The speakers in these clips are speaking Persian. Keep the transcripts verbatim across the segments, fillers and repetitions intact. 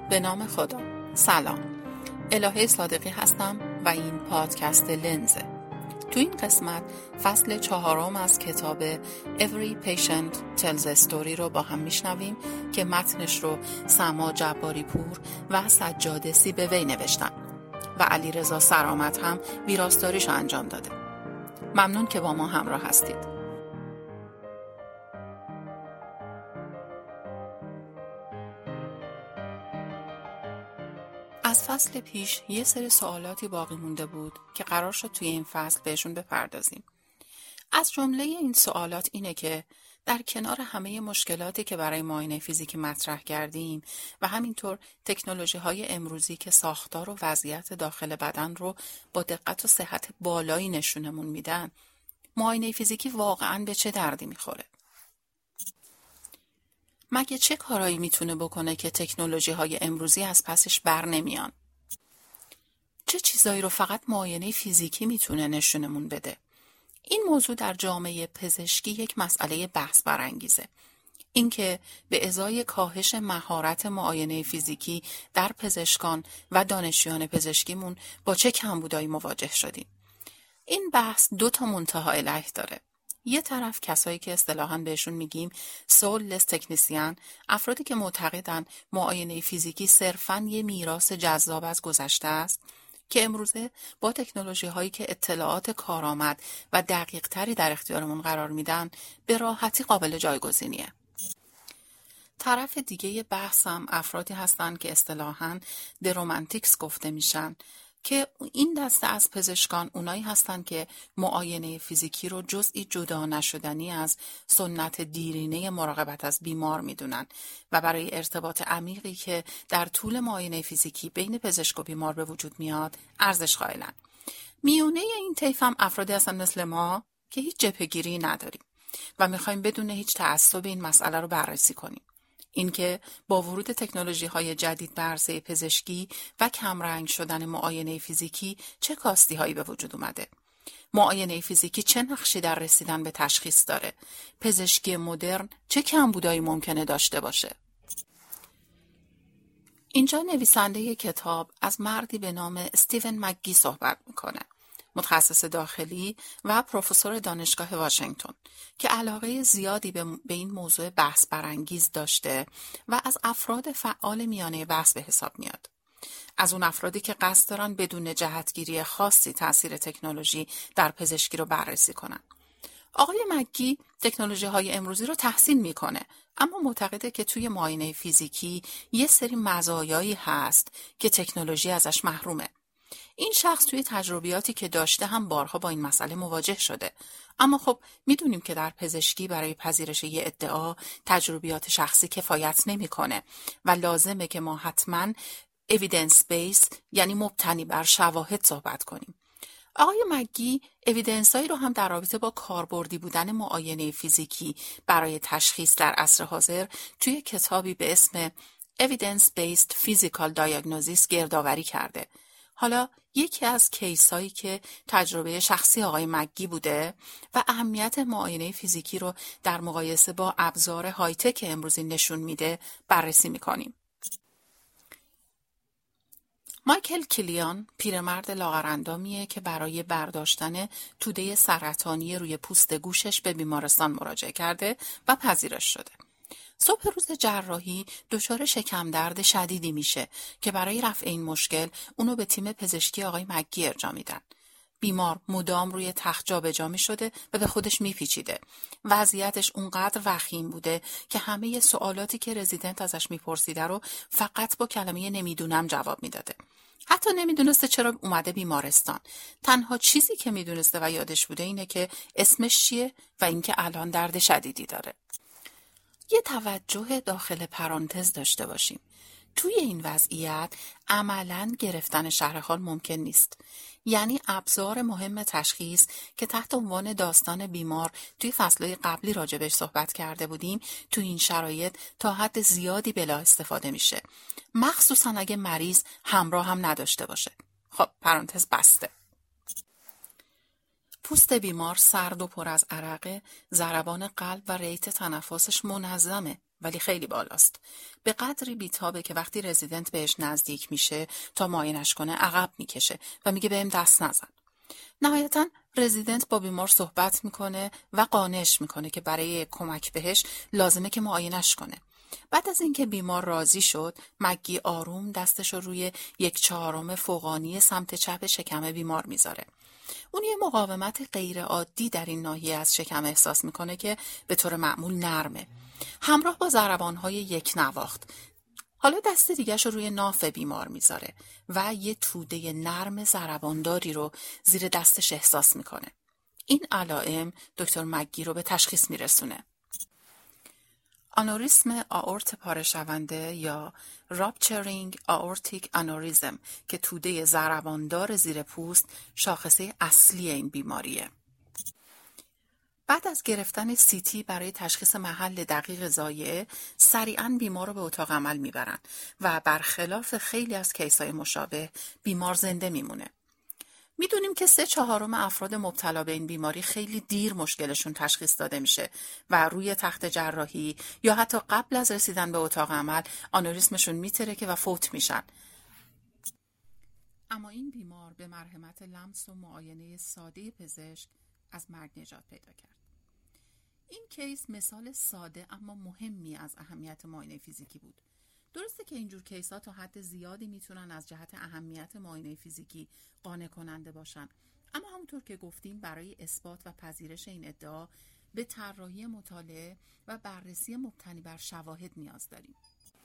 به نام خدا. سلام، الهه صادقی هستم و این پادکست لنزه. تو این قسمت فصل چهارم از کتاب Every Patient Tells a Story رو با هم میشنویم که متنش رو سما جباری پور و سجاده سیبوی نوشتن و علیرضا سرآمد هم ویراستاریش انجام داده. ممنون که با ما همراه هستید. از فصل پیش یه سری سوالاتی باقی مونده بود که قرار شد توی این فصل بهشون بپردازیم. از جمله این سوالات اینه که در کنار همه مشکلاتی که برای معاینه فیزیکی مطرح کردیم و همینطور تکنولوژی های امروزی که ساختار و وضعیت داخل بدن رو با دقت و صحت بالایی نشونمون میدن، معاینه فیزیکی واقعاً به چه دردی میخوره؟ مگه چه کارایی میتونه بکنه که تکنولوژی های امروزی از پسش بر نمیان؟ چه چیزایی رو فقط معاینه فیزیکی میتونه نشونمون بده؟ این موضوع در جامعه پزشکی یک مسئله بحث برانگیزه. اینکه به ازای کاهش مهارت معاینه فیزیکی در پزشکان و دانشجویان پزشکیمون با چه کمبودایی مواجه شدیم. این بحث دو تا منتها الیه داره. یه طرف کسایی که اصطلاحاً بهشون میگیم سوللس تکنیسیان، افرادی که معتقدن معاینه فیزیکی صرفاً یه میراث جذاب از گذشته است که امروزه با تکنولوژی هایی که اطلاعات کارآمد و دقیق تری در اختیارمون قرار میدن به راحتی قابل جایگزینیه. طرف دیگه بحث هم افرادی هستن که اصطلاحاً درومانتیکس گفته میشن که این دسته از پزشکان اونایی هستن که معاینه فیزیکی رو جزئی جدا نشدنی از سنت دیرینه مراقبت از بیمار میدونن و برای ارتباط عمیقی که در طول معاینه فیزیکی بین پزشک و بیمار به وجود میاد ارزش قائلن. میونه این طیف هم افرادی هستن مثل ما که هیچ جبهه‌گیری نداریم و میخوایم بدون هیچ تعصب این مسئله رو بررسی کنیم. اینکه با ورود تکنولوژی‌های جدید به عرصه پزشکی و کمرنگ شدن معاینه فیزیکی چه کاستی‌هایی به وجود اومده؟ معاینه فیزیکی چه نقشی در رسیدن به تشخیص داره؟ پزشکی مدرن چه کمبودایی ممکنه داشته باشه؟ اینجا نویسنده کتاب از مردی به نام استیون مگی صحبت میکنه. متخصص داخلی و پروفسور دانشگاه واشنگتن که علاقه زیادی به این موضوع بحث برانگیز داشته و از افراد فعال میانه بحث به حساب میاد. از اون افرادی که قصد دارن بدون جهتگیری خاصی تاثیر تکنولوژی در پزشکی رو بررسی کنن. آقای مگی تکنولوژی های امروزی رو تحسین میکنه، اما معتقده که توی معاینه فیزیکی یه سری مزایایی هست که تکنولوژی ازش محرومه. این شخص توی تجربیاتی که داشته هم بارها با این مسئله مواجه شده. اما خب میدونیم که در پزشکی برای پذیرش یه ادعا تجربیات شخصی کفایت نمیکنه و لازمه که ما حتما evidence based یعنی مبتنی بر شواهد صحبت کنیم. آقای مگی اویدنسایی رو هم در رابطه با کاربردی بودن معاینه فیزیکی برای تشخیص در عصر حاضر توی کتابی به اسم Evidence Based Physical Diagnosis گردآوری کرده. حالا یکی از کیسایی که تجربه شخصی آقای مگی بوده و اهمیت معاینه فیزیکی رو در مقایسه با ابزار های تک امروزی نشون میده بررسی میکنیم. مایکل کلیان پیرمرد لاغرندامیه که برای برداشتن توده سرطانی روی پوست گوشش به بیمارستان مراجعه کرده و پذیرش شده. صبح روز جراحی دچار شکم درد شدیدی میشه که برای رفع این مشکل اونو به تیم پزشکی آقای مگی ارجاع میدن. بیمار مدام روی تخت جابجا میشده و به خودش میپیچیده. وضعیتش اونقدر وخیم بوده که همه سوالاتی که رزیدنت ازش میپرسیده رو فقط با کلمه نمیدونم جواب میداده. حتی نمیدونسته چرا اومده بیمارستان. تنها چیزی که میدونسته و یادش بوده اینه که اسمش چیه و اینکه الان درد شدیدی داره. یه توجه داخل پرانتز داشته باشیم. توی این وضعیت عملاً گرفتن شرح حال ممکن نیست. یعنی ابزار مهم تشخیص که تحت عنوان داستان بیمار توی فصلهای قبلی راجبش صحبت کرده بودیم توی این شرایط تا حد زیادی بلا استفاده میشه. مخصوصاً اگه مریض همراه هم نداشته باشه. خب پرانتز بسته. پوست بیمار سرد و پر از عرقه، ضربان قلب و ریت تنفسش منظمه ولی خیلی بالاست. به قدری بیتابه که وقتی رزیدنت بهش نزدیک میشه تا معاینش کنه عقب میکشه و میگه بهم دست نزن. نهایتاً رزیدنت با بیمار صحبت میکنه و قانعش میکنه که برای کمک بهش لازمه که معاینش کنه. بعد از اینکه بیمار راضی شد، مگی آروم دستش رو روی یک چهارم فوقانی سمت چپ شکم بیمار میذاره. اون یه مقاومت غیر عادی در این ناحیه از شکم احساس میکنه که به طور معمول نرمه، همراه با ضربان‌های یک نواخت. حالا دست دیگه‌ش رو روی ناف بیمار میذاره و یه توده نرم ضربانداری رو زیر دستش احساس میکنه. این علائم دکتر مگی رو به تشخیص میرسونه. آنوریسم آئورت پاره شونده یا Rupturing Aortic Aneurysm که توده ضرباندار زیر پوست شاخصه اصلی این بیماریه. بعد از گرفتن سی تی برای تشخیص محل دقیق ضایعه، سریعاً بیمار رو به اتاق عمل میبرن و برخلاف خیلی از کیس‌های مشابه بیمار زنده میمونه. میدونیم که سه چهارم افراد مبتلا به این بیماری خیلی دیر مشکلشون تشخیص داده میشه و روی تخت جراحی یا حتی قبل از رسیدن به اتاق عمل آنوریسمشون میترکه و فوت میشن. اما این بیمار به مرحمت لمس و معاینه ساده پزشک از مرگ نجات پیدا کرد. این کیس مثال ساده اما مهمی از اهمیت معاینه فیزیکی بود. درسته که اینجور کیس ها تا حد زیادی میتونن از جهت اهمیت معاینه فیزیکی قانع کننده باشن، اما همونطور که گفتیم برای اثبات و پذیرش این ادعا به طراحی مطالعه و بررسی مبتنی بر شواهد نیاز داریم.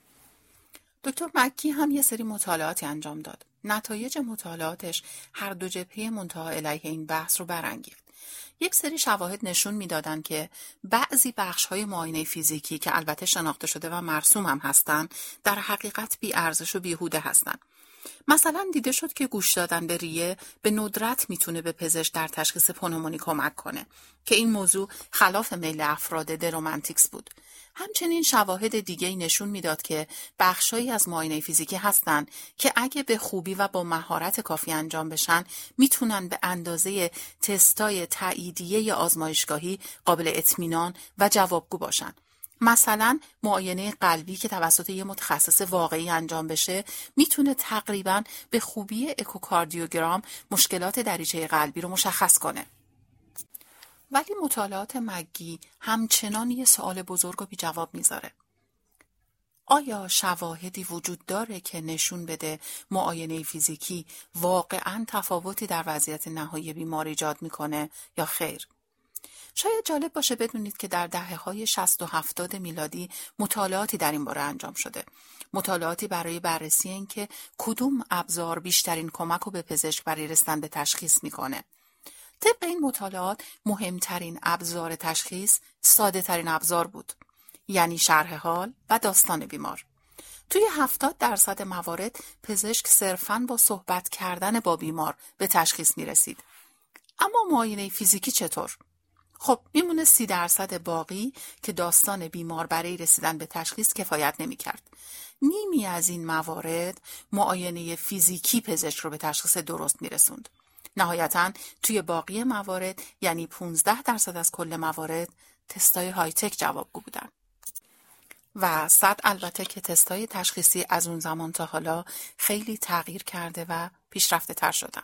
دکتر مکی هم یه سری مطالعاتی انجام داد. نتایج مطالعاتش هر دو جبهه منتهی الیه این بحث رو برانگیخت. یک سری شواهد نشون میدادن که بعضی بخش‌های معاینه فیزیکی که البته شناخته شده و مرسوم هم هستن، در حقیقت بی ارزش و بیهوده هستن. مثلا دیده شد که گوش دادن به ریه به ندرت میتونه به پزشک در تشخیص پنومونی کمک کنه که این موضوع خلاف میل افراد درومانتیکس بود. همچنین شواهد دیگه‌ای نشون میداد که بخشایی از معاینه فیزیکی هستن که اگه به خوبی و با مهارت کافی انجام بشن میتونن به اندازه تستای تاییدیه آزمایشگاهی قابل اطمینان و جوابگو باشن. مثلا معاینه قلبی که توسط یه متخصص واقعی انجام بشه میتونه تقریباً به خوبی اکوکاردیوگرام مشکلات دریچه قلبی رو مشخص کنه. ولی مطالعات مگی همچنان یه سوال بزرگ و بی جواب میذاره. آیا شواهدی وجود داره که نشون بده معاینه فیزیکی واقعاً تفاوتی در وضعیت نهایی بیمار ایجاد میکنه یا خیر؟ شاید جالب باشه بدونید که در دهه‌های شصت و هفتاد میلادی مطالعاتی در این باره انجام شده. مطالعاتی برای بررسی اینکه کدوم ابزار بیشترین کمک رو به پزشک برای رسیدن به تشخیص میکنه. طبق این مطالعات مهمترین ابزار تشخیص ساده ترین ابزار بود، یعنی شرح حال و داستان بیمار. توی هفتاد درصد موارد پزشک صرفاً با صحبت کردن با بیمار به تشخیص میرسید. اما معاینه فیزیکی چطور؟ خب میمونه سی درصد باقی که داستان بیمار برای رسیدن به تشخیص کفایت نمی کرد. نیمی از این موارد معاینه فیزیکی پزشک رو به تشخیص درست می رسوند. نهایتاً توی باقی موارد یعنی پانزده درصد از کل موارد تستای های تک جوابگو بودن. و صد البته که تستای تشخیصی از اون زمان تا حالا خیلی تغییر کرده و پیشرفته تر شدن.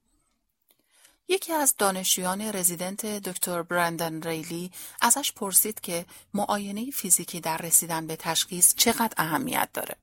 یکی از دانشجویان رزیدنت دکتر برندن ریلی ازش پرسید که معاینه فیزیکی در رسیدن به تشخیص چقدر اهمیت داره.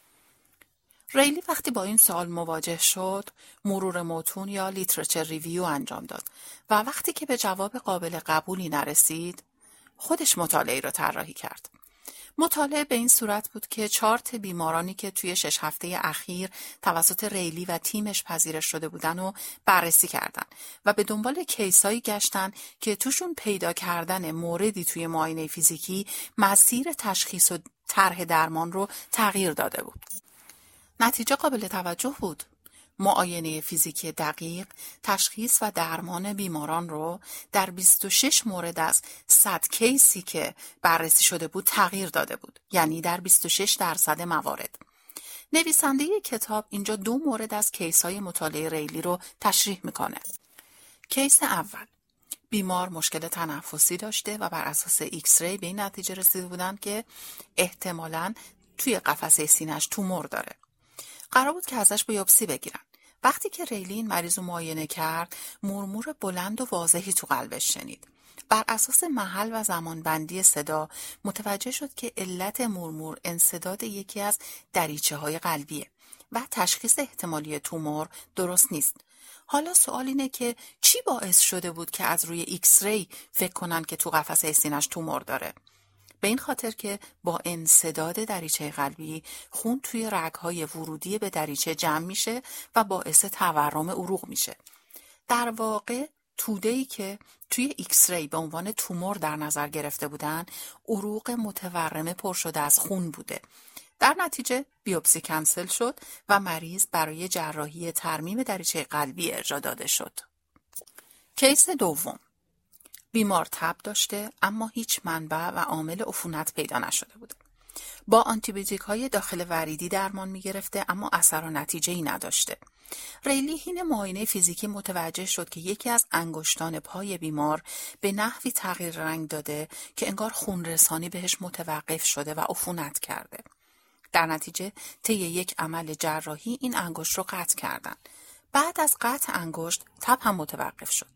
ریلی وقتی با این سوال مواجه شد، مرور متون یا لیترچر ریویو انجام داد و وقتی که به جواب قابل قبولی نرسید، خودش مطالعه را طراحی کرد. مطالعه به این صورت بود که چارت بیمارانی که توی شش هفته اخیر توسط ریلی و تیمش پذیرش شده بودن و بررسی کردن و به دنبال کیسایی گشتن که توشون پیدا کردن موردی توی معاینه فیزیکی مسیر تشخیص و طرح درمان رو تغییر داده بود. نتیجه قابل توجه بود. معاینه فیزیکی دقیق تشخیص و درمان بیماران رو در بیست و شش مورد از صد کیسی که بررسی شده بود تغییر داده بود، یعنی در بیست و شش درصد موارد. نویسنده کتاب اینجا دو مورد از کیس‌های مطالعه ریلی رو تشریح میکنه. کیس اول، بیمار مشکل تنفسی داشته و بر اساس ایکس ری به این نتیجه رسیده بودند که احتمالاً توی قفسه سینه‌اش تومور داره. قرار بود که ازش بیوپسی بگیرن. وقتی که ریلی این مریض رو معاینه کرد، مرمور بلند و واضحی تو قلبش شنید. بر اساس محل و زمان بندی صدا متوجه شد که علت مرمور انسداد یکی از دریچه های قلبیه و تشخیص احتمالی تومور درست نیست. حالا سوال اینه که چی باعث شده بود که از روی ایکس ری فکر کنن که تو قفسه سینه‌اش تومور داره؟ به این خاطر که با انسداد دریچه قلبی خون توی رگ‌های ورودی به دریچه جمع میشه و باعث تورم عروق میشه. در واقع توده‌ای که توی ایکس ری به عنوان تومور در نظر گرفته بودن، عروق متورم پر شده از خون بوده. در نتیجه بیوپسی کنسل شد و مریض برای جراحی ترمیم دریچه قلبی ارجاع داده شد. کیس دوم، بیمار تب داشته اما هیچ منبع و عامل عفونت پیدا نشده بود. با آنتیبیوتیک های داخل وریدی درمان می گرفته اما اثر و نتیجه ای نداشته. ریلی حین معاینه فیزیکی متوجه شد که یکی از انگشتان پای بیمار به نحوی تغییر رنگ داده که انگار خون رسانی بهش متوقف شده و عفونت کرده. در نتیجه طی یک عمل جراحی این انگشت رو قطع کردن. بعد از قطع انگشت تب هم متوقف شد.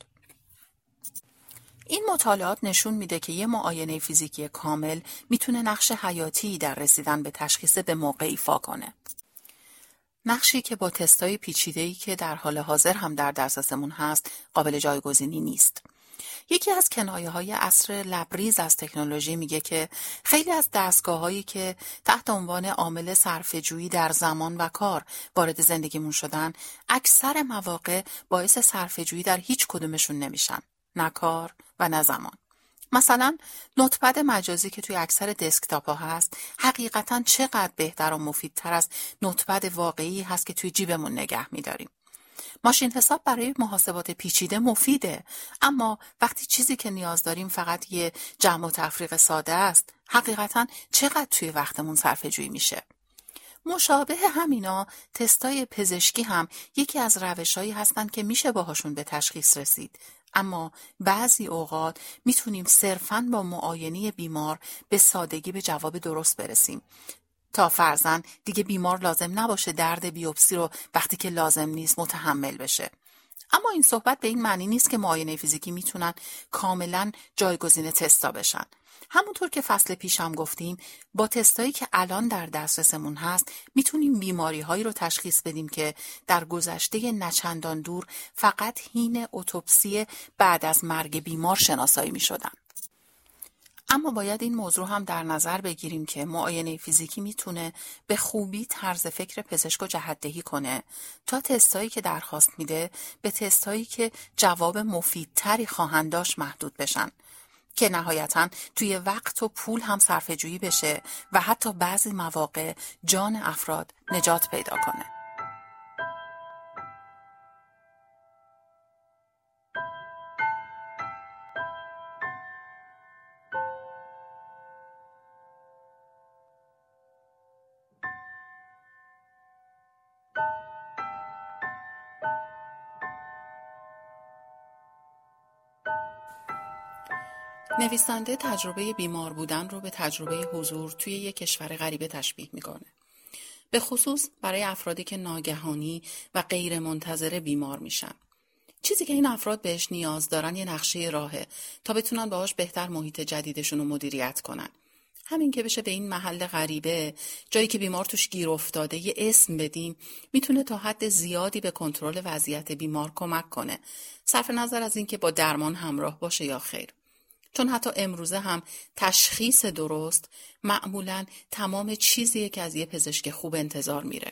این مطالعات نشون میده که یه معاینه فیزیکی کامل میتونه نقش حیاتی در رسیدن به تشخیص به موقع ایفا کنه. نقشی که با تستای پیچیده‌ای که در حال حاضر هم در دسترسمون هست قابل جایگزینی نیست. یکی از کنایه‌های عصر لبریز از تکنولوژی میگه که خیلی از دستگاه‌هایی که تحت عنوان عامل صرفه‌جویی در زمان و کار وارد زندگیمون شدن، اکثر مواقع باعث صرفه‌جویی در هیچ کدومشون نمیشن. نه کار و نه زمان. مثلا نوتپد مجازی که توی اکثر دسکتاپ ها هست حقیقتاً چقدر بهتر و مفیدتر از نوتپد واقعی هست که توی جیبمون نگه می‌داریم. ماشین حساب برای محاسبات پیچیده مفیده، اما وقتی چیزی که نیاز داریم فقط یه جمع و تفریق ساده است، حقیقتاً چقدر توی وقتمون صرفه‌جویی میشه. مشابه همینا تستای پزشکی هم یکی از روش‌هایی هستن که میشه باهاشون به تشخیص رسید، اما بعضی اوقات میتونیم صرفاً با معاینه بیمار به سادگی به جواب درست برسیم تا فرضاً دیگه بیمار لازم نباشه درد بیوپسی رو وقتی که لازم نیست متحمل بشه. اما این صحبت به این معنی نیست که معاینه فیزیکی میتونن کاملاً جایگزین تستا بشن. همونطور که فصل پیش هم گفتیم، با تستایی که الان در دسترسمون هست میتونیم بیماری هایی رو تشخیص بدیم که در گذشته نچندان دور فقط حین اتوپسی بعد از مرگ بیمار شناسایی میشدن. اما باید این موضوع هم در نظر بگیریم که معاینه فیزیکی میتونه به خوبی طرز فکر پزشک رو جهت‌دهی کنه تا تستایی که درخواست میده به تستایی که جواب مفیدتری خواهند داشت محدود بشن، که نهایتاً توی وقت و پول هم صرفه‌جویی بشه و حتی بعضی مواقع جان افراد نجات پیدا کنه. نویسنده تجربه بیمار بودن رو به تجربه حضور توی یک کشور غریبه تشبیه میکنه. به خصوص برای افرادی که ناگهانی و غیر منتظره بیمار میشن. چیزی که این افراد بهش نیاز دارن یه نقشه راهه تا بتونن باهاش بهتر محیط جدیدشون رو مدیریت کنن. همین که بشه به این محل غریبه، جایی که بیمار توش گیر افتاده، یه اسم بدیم، میتونه تا حد زیادی به کنترل وضعیت بیمار کمک کنه. صرف نظر از این که با درمان همراه باشه یا خیر. چون حتی امروزه هم تشخیص درست معمولاً تمام چیزیه که از یه پزشک خوب انتظار میره.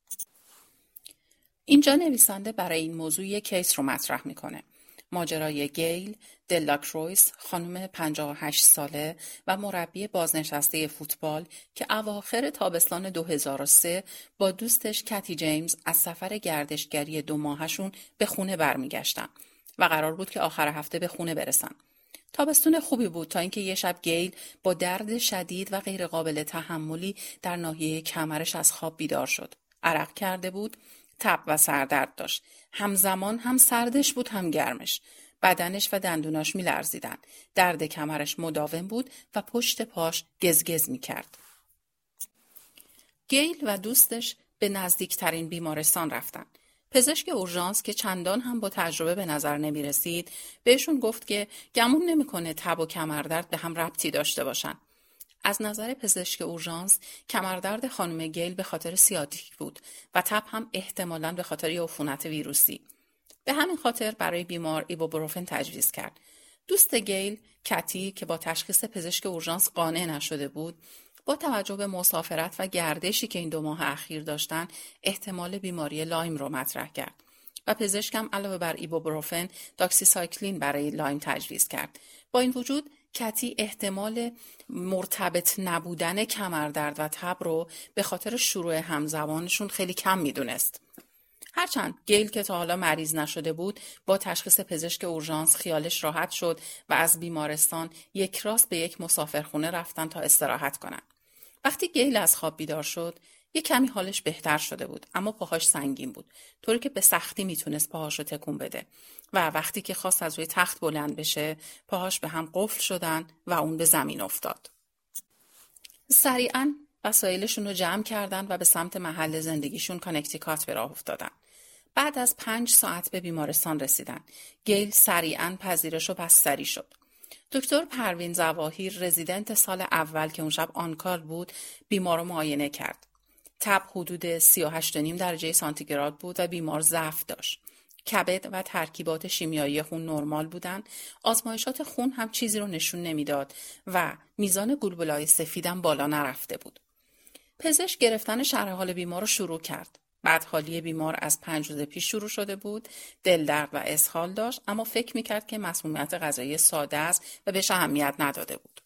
اینجا نویسنده برای این موضوع یک کیس رو مطرح میکنه. ماجرای گیل دلاکرویس، خانم پنجاه و هشت ساله و مربی بازنشسته فوتبال که اواخر تابستان دو هزار و سه با دوستش کتی جیمز از سفر گردشگری دو ماهشون به خونه برمیگشتن و قرار بود که آخر هفته به خونه برسن. تابستون خوبی بود تا اینکه یه شب گیل با درد شدید و غیر قابل تحملی در ناحیه کمرش از خواب بیدار شد. عرق کرده بود، تب و سردرد داشت. همزمان هم سردش بود هم گرمش. بدنش و دندوناش می‌لرزیدن. درد کمرش مداوم بود و پشت پاش گزگز می‌کرد. گیل و دوستش به نزدیکترین بیمارستان رفتن. پزشک اورژانس که چندان هم با تجربه به نظر نمی رسید بهشون گفت که گمون نمی کنه تب و کمردرد به هم ربطی داشته باشن. از نظر پزشک اورژانس کمردرد خانم گیل به خاطر سیاتیک بود و تب هم احتمالاً به خاطر یه عفونت ویروسی. به همین خاطر برای بیمار ایبوپروفن تجویز کرد. دوست گیل، کتی، که با تشخیص پزشک اورژانس قانع نشده بود، با توجه به مسافرت و گردشی که این دو ماه اخیر داشتن احتمال بیماری لایم رو مطرح کرد و پزشکم علاوه بر ایبوپروفن داکسیسایکلین برای لایم تجویز کرد. با این وجود کتی احتمال مرتبط نبودن کمردرد و تب رو به خاطر شروع همزبانشون خیلی کم میدونست. هرچند گیل که تا حالا مریض نشده بود با تشخیص پزشک اورژانس خیالش راحت شد و از بیمارستان یک راست به یک مسافرخونه رفتن تا استراحت کنن. وقتی گیل از خواب بیدار شد یک کمی حالش بهتر شده بود، اما پاهاش سنگین بود، طوری که به سختی میتونست پاهاشو تکون بده و وقتی که خواست از روی تخت بلند بشه پاهاش به هم قفل شدن و اون به زمین افتاد. سریعاً وسایلشون رو جمع کردن و به سمت محل زندگیشون کانکتیکات به راه افتادن. بعد از پنج ساعت به بیمارستان رسیدن. گیل سریعاً پذیرش و بستری شد. دکتر پروین ظواهیر، رزیدنت سال اول که اون شب آنکار بود، بیمار رو معاینه کرد. تب حدود سی و هشت و نیم درجه سانتیگراد بود و بیمار ضعف داشت. کبد و ترکیبات شیمیایی خون نرمال بودن. آزمایشات خون هم چیزی رو نشون نمیداد و میزان گلبولای سفیدم بالا نرفته بود. پزشک گرفتن شرح حال بیمار رو شروع کرد. بدحالی بیمار از پنج روز پیش شروع شده بود، دل درد و اسهال داشت، اما فکر میکرد که مسمومیت غذایی ساده است و بهش اهمیت نداده بود.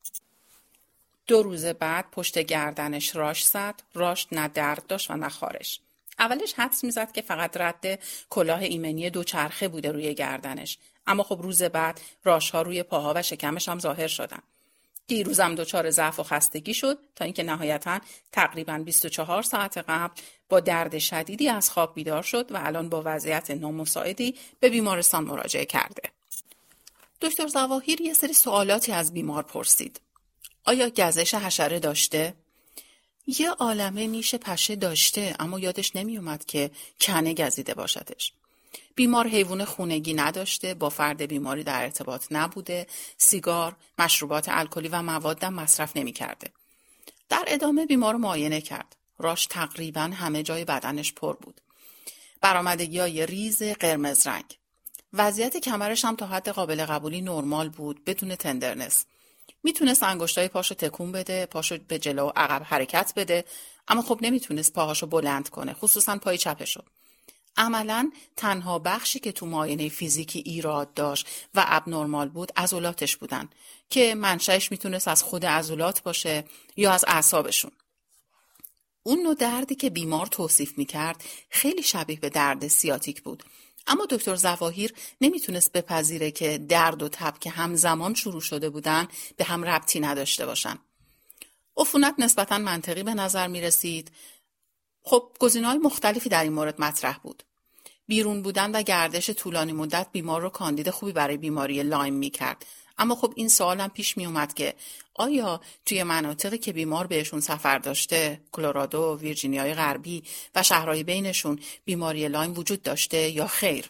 دو روز بعد پشت گردنش راش زد، راش نه درد داشت و نه خارش. اولش حدس میزد که فقط رد کلاه ایمنی دوچرخه بوده روی گردنش، اما خب روز بعد راش‌ها روی پاها و شکمش هم ظاهر شدن. دیروزم دچار ضعف و خستگی شد تا اینکه نهایتاً تقریباً بیست و چهار ساعت قبل با درد شدیدی از خواب بیدار شد و الان با وضعیت نامساعدی به بیمارستان مراجعه کرده. دکتر ظواهیر یه سری سوالاتی از بیمار پرسید. آیا گزش حشره داشته؟ یه عالمه نیش پشه داشته، اما یادش نمی اومد که کنه گزیده باشدش. بیمار حیوان خونگی نداشته، با فرد بیماری در ارتباط نبوده، سیگار، مشروبات الکلی و موادم مصرف نمی کرده. در ادامه بیمار رو معاینه کرد. راش تقریباً همه جای بدنش پر بود. برآمدگی‌های ریز قرمز رنگ. وضعیت کمرش هم تا حد قابل قبولی نرمال بود، بدون تندرنس. میتونست انگشتای پاشو تکون بده، پاشو به جلو و عقب حرکت بده، اما خب نمیتونست پاهاشو بلند کنه، خصوصاً پای چپشو. عملاً تنها بخشی که تو معاینه فیزیکی ایراد داشت و ابنرمال بود عضلاتش بودن که منشأش میتونست از خود عضلات باشه یا از اعصابشون. اون نوع دردی که بیمار توصیف میکرد خیلی شبیه به درد سیاتیک بود، اما دکتر ظواهیر نمیتونست بپذیره که درد و تب که همزمان شروع شده بودن به هم ربطی نداشته باشن. عفونت نسبتاً منطقی به نظر میرسید. خب گزینه‌های مختلفی در این مورد مطرح بود. بیرون بودن و گردش طولانی مدت بیمار رو کاندید خوبی برای بیماری لایم میکرد، اما خب این سوال هم پیش می اومد که آیا توی مناطقی که بیمار بهشون سفر داشته، کلرادو، ویرجینیای غربی و شهرهای بینشون بیماری لایم وجود داشته یا خیر؟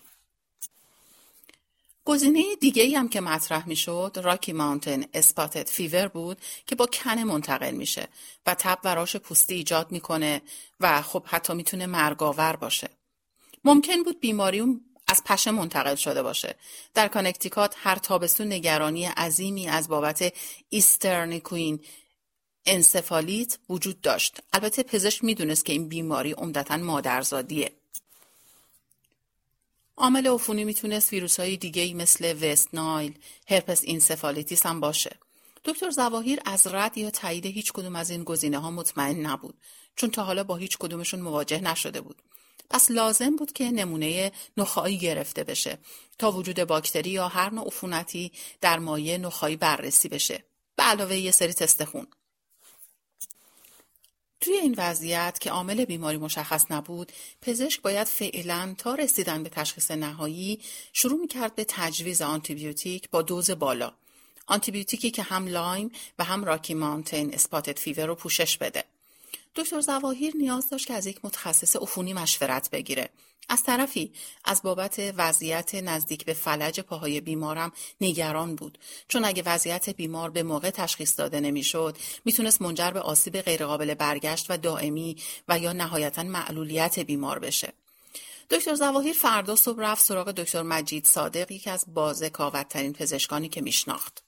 گزینه دیگه‌ای هم که مطرح میشد راکی ماونتن اسپاتد فیور بود که با کنه منتقل میشه و تب و راش پوستی ایجاد میکنه و خب حتی میتونه مرگاور باشه. ممکن بود بیماری اون از پشه منتقل شده باشه. در کانکتیکات هر تابستون نگرانی عظیمی از بابت ایسترنیکوین انسفالیت وجود داشت. البته پزشک میدونست که این بیماری عمدتاً مادرزادیه. عامل عفونی میتونست ویروس‌های دیگه‌ای مثل وست نایل، هرپس انسفالیتیس هم باشه. دکتر ظواهیر از رد یا تایید هیچ کدوم از این گزینه‌ها مطمئن نبود، چون تا حالا با هیچ کدومشون مواجه نشده بود. پس لازم بود که نمونه نخاعی گرفته بشه تا وجود باکتری یا هر نوع عفونتی در مایع نخاعی بررسی بشه، به علاوه یه سری تست خون. توی این وضعیت که عامل بیماری مشخص نبود، پزشک باید فعلاً تا رسیدن به تشخیص نهایی شروع می‌کرد به تجویز آنتیبیوتیک با دوز بالا. آنتیبیوتیکی که هم لایم و هم راکی ماونتین اسپاتد فیور رو پوشش بده. دکتر ظواهیر نیاز داشت که از یک متخصص عفونی مشورت بگیره. از طرفی از بابت وضعیت نزدیک به فلج پاهای بیمارم نگران بود، چون اگه وضعیت بیمار به موقع تشخیص داده نمیشد میتونست منجر به آسیب غیرقابل برگشت و دائمی و یا نهایتاً معلولیت بیمار بشه. دکتر ظواهیر فردا صبح رفت سراغ دکتر مجید صادق، یکی از بازذکاوت‌ترین پزشکانی که میشناخت.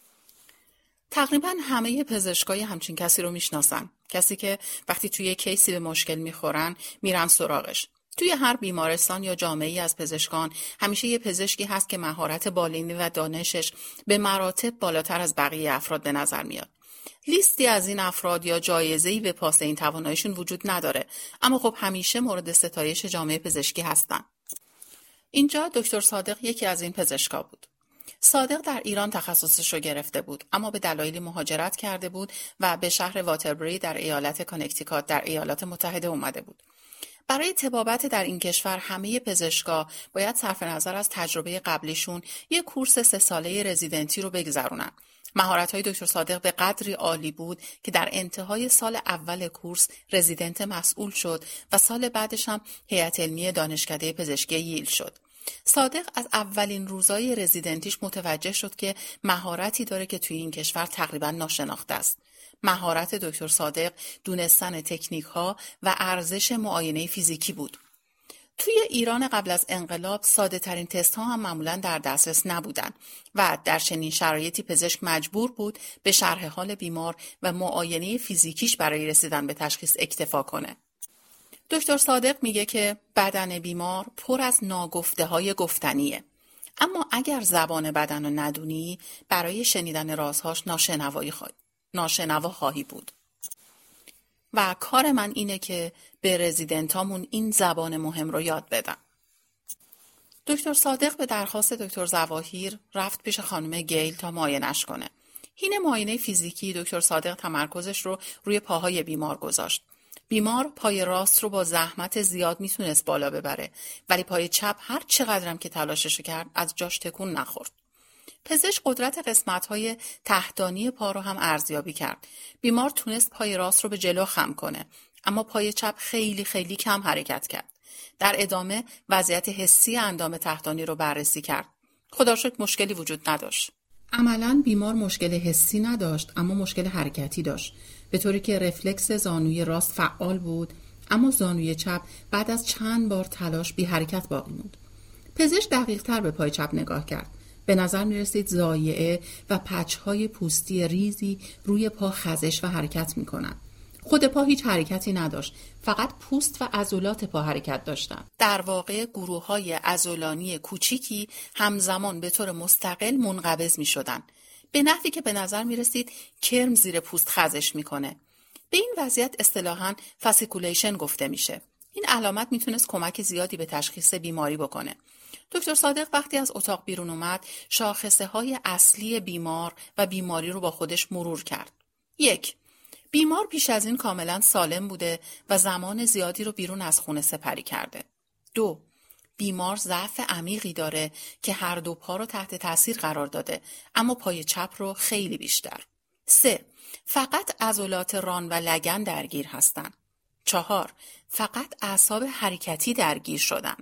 تقریباً همه پزشکای همچین کسی رو میشناسن. کسی که وقتی توی کیسی به مشکل میخورن میرن سراغش. توی هر بیمارستان یا جامعه‌ای از پزشکان همیشه یه پزشکی هست که مهارت بالینی و دانشش به مراتب بالاتر از بقیه افراد به نظر میاد. لیستی از این افراد یا جایزه‌ای به پاس این تواناییشون وجود نداره، اما خب همیشه مورد ستایش جامعه پزشکی هستن. اینجا دکتر صادق یکی از این پزشکا بود. صادق در ایران تخصصش رو گرفته بود، اما به دلایلی مهاجرت کرده بود و به شهر واتربری در ایالت کانکتیکات در ایالات متحده اومده بود. برای طبابت در این کشور همه پزشکا باید صرف نظر از تجربه قبلیشون یک کورس سه ساله رزیدنتی رو بگذرونن. مهارت‌های دکتر صادق به قدری عالی بود که در انتهای سال اول کورس رزیدنت مسئول شد و سال بعدش هم هیئت علمی دانشکده پزشکی ییل شد. صادق از اولین روزای رزیدنتیش متوجه شد که مهارتی داره که توی این کشور تقریبا ناشناخته است. مهارت دکتر صادق دونستن تکنیک ها و ارزش معاینه فیزیکی بود. توی ایران قبل از انقلاب ساده ترین تست ها هم معمولاً در دسترس نبودن و در چنین شرایطی پزشک مجبور بود به شرح حال بیمار و معاینه فیزیکیش برای رسیدن به تشخیص اکتفا کنه. دکتر صادق میگه که بدن بیمار پر از ناگفته های گفتنیه، اما اگر زبان بدن رو ندونی برای شنیدن رازهاش ناشنوایی خواهی ناشنوا خواهی بود. و کار من اینه که به رزیدنتامون این زبان مهم رو یاد بدم. دکتر صادق به درخواست دکتر ظواهیر رفت پیش خانم گیل تا معاینش کنه. حین معاینه فیزیکی دکتر صادق تمرکزش رو روی پاهای بیمار گذاشت. بیمار پای راست رو با زحمت زیاد میتونست بالا ببره، ولی پای چپ هر چقدرم که تلاشش کرد از جاش تکون نخورد. پزشک قدرت قسمت‌های تحتانی پا رو هم ارزیابی کرد. بیمار تونست پای راست رو به جلو خم کنه، اما پای چپ خیلی خیلی کم حرکت کرد. در ادامه وضعیت حسی اندام تحتانی رو بررسی کرد. خدا شکر مشکلی وجود نداشت. عملاً بیمار مشکل حسی نداشت، اما مشکل حرکتی داشت، به طوری که رفلکس زانوی راست فعال بود، اما زانوی چپ بعد از چند بار تلاش بی حرکت باقی موند. پزشک دقیق‌تر به پای چپ نگاه کرد. به نظر می رسید ضایعه و پچ‌های پوستی ریزی روی پا خزش و حرکت می کنن. خود پا هیچ حرکتی نداشت، فقط پوست و عضلات پا حرکت داشتن. در واقع گروه‌های عضلانی کوچیکی همزمان به طور مستقل منقبض می شدن، به نحوی که به نظر می رسید کرم زیر پوست خزش می کنه. به این وضعیت اصطلاحاً فاسیکولیشن گفته میشه. این علامت میتونست کمک زیادی به تشخیص بیماری بکنه. دکتر صادق وقتی از اتاق بیرون اومد، شاخصه های اصلی بیمار و بیماری رو با خودش مرور کرد. یک، بیمار پیش از این کاملا سالم بوده و زمان زیادی رو بیرون از خونه سپری کرده. دو، بیمار ضعف عمیقی داره که هر دو پا رو تحت تاثیر قرار داده، اما پای چپ رو خیلی بیشتر. سه، فقط عضلات ران و لگن درگیر هستن. چهار، فقط اعصاب حرکتی درگیر شدن.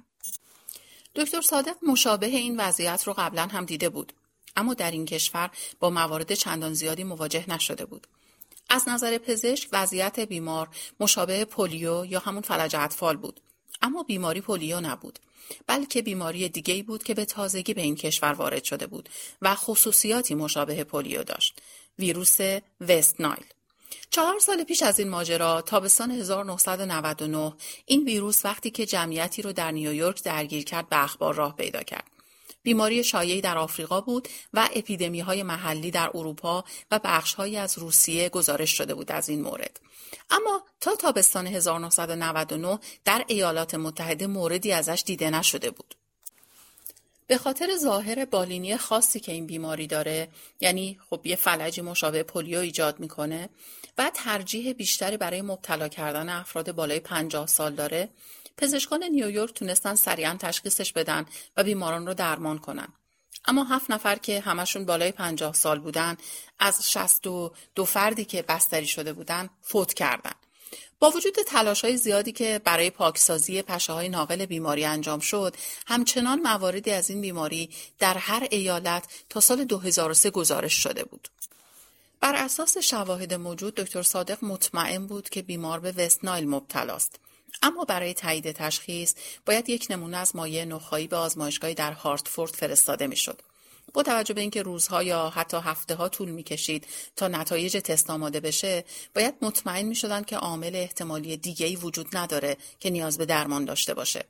دکتر صادق مشابه این وضعیت رو قبلا هم دیده بود، اما در این کشور با موارد چندان زیادی مواجه نشده بود. از نظر پزشک وضعیت بیمار مشابه پولیو یا همون فلج اطفال بود، اما بیماری پولیو نبود، بلکه بیماری دیگه‌ای بود که به تازگی به این کشور وارد شده بود و خصوصیاتی مشابه پولیو داشت، ویروس وست نایل. چهار سال پیش از این ماجرا، تابستان هزار و نهصد و نود و نه، این ویروس وقتی که جمعیتی رو در نیویورک درگیر کرد به اخبار راه پیدا کرد. بیماری شایعی در آفریقا بود و اپیدمی‌های محلی در اروپا و بخش‌هایی از روسیه گزارش شده بود از این مورد. اما تا تابستان هزار و نهصد و نود و نه در ایالات متحده موردی ازش دیده نشده بود. به خاطر ظاهر بالینی خاصی که این بیماری داره، یعنی خب یه فلجی مشابه پولیو ایجاد میکنه و ترجیح بیشتری برای مبتلا کردن افراد بالای پنجاه سال داره، پزشکان نیویورک تونستن سریعا تشخیصش بدن و بیماران رو درمان کنن. اما هفت نفر که همشون بالای پنجاه سال بودن، از شصت و دو فردی که بستری شده بودن فوت کردن. با وجود تلاش‌های زیادی که برای پاکسازی پشه‌های ناقل بیماری انجام شد، همچنان مواردی از این بیماری در هر ایالت تا سال دو هزار و سه گزارش شده بود. بر اساس شواهد موجود، دکتر صادق مطمئن بود که بیمار به وست نایل مبتلاست. اما برای تایید تشخیص باید یک نمونه از مایع نخاعی به آزمایشگاهی در هارتفورد فرستاده میشد. با توجه به اینکه روزها یا حتی هفته‌ها طول می‌کشید تا نتایج تست آماده بشه، باید مطمئن می‌شدند که عامل احتمالی دیگه‌ای وجود نداره که نیاز به درمان داشته باشه.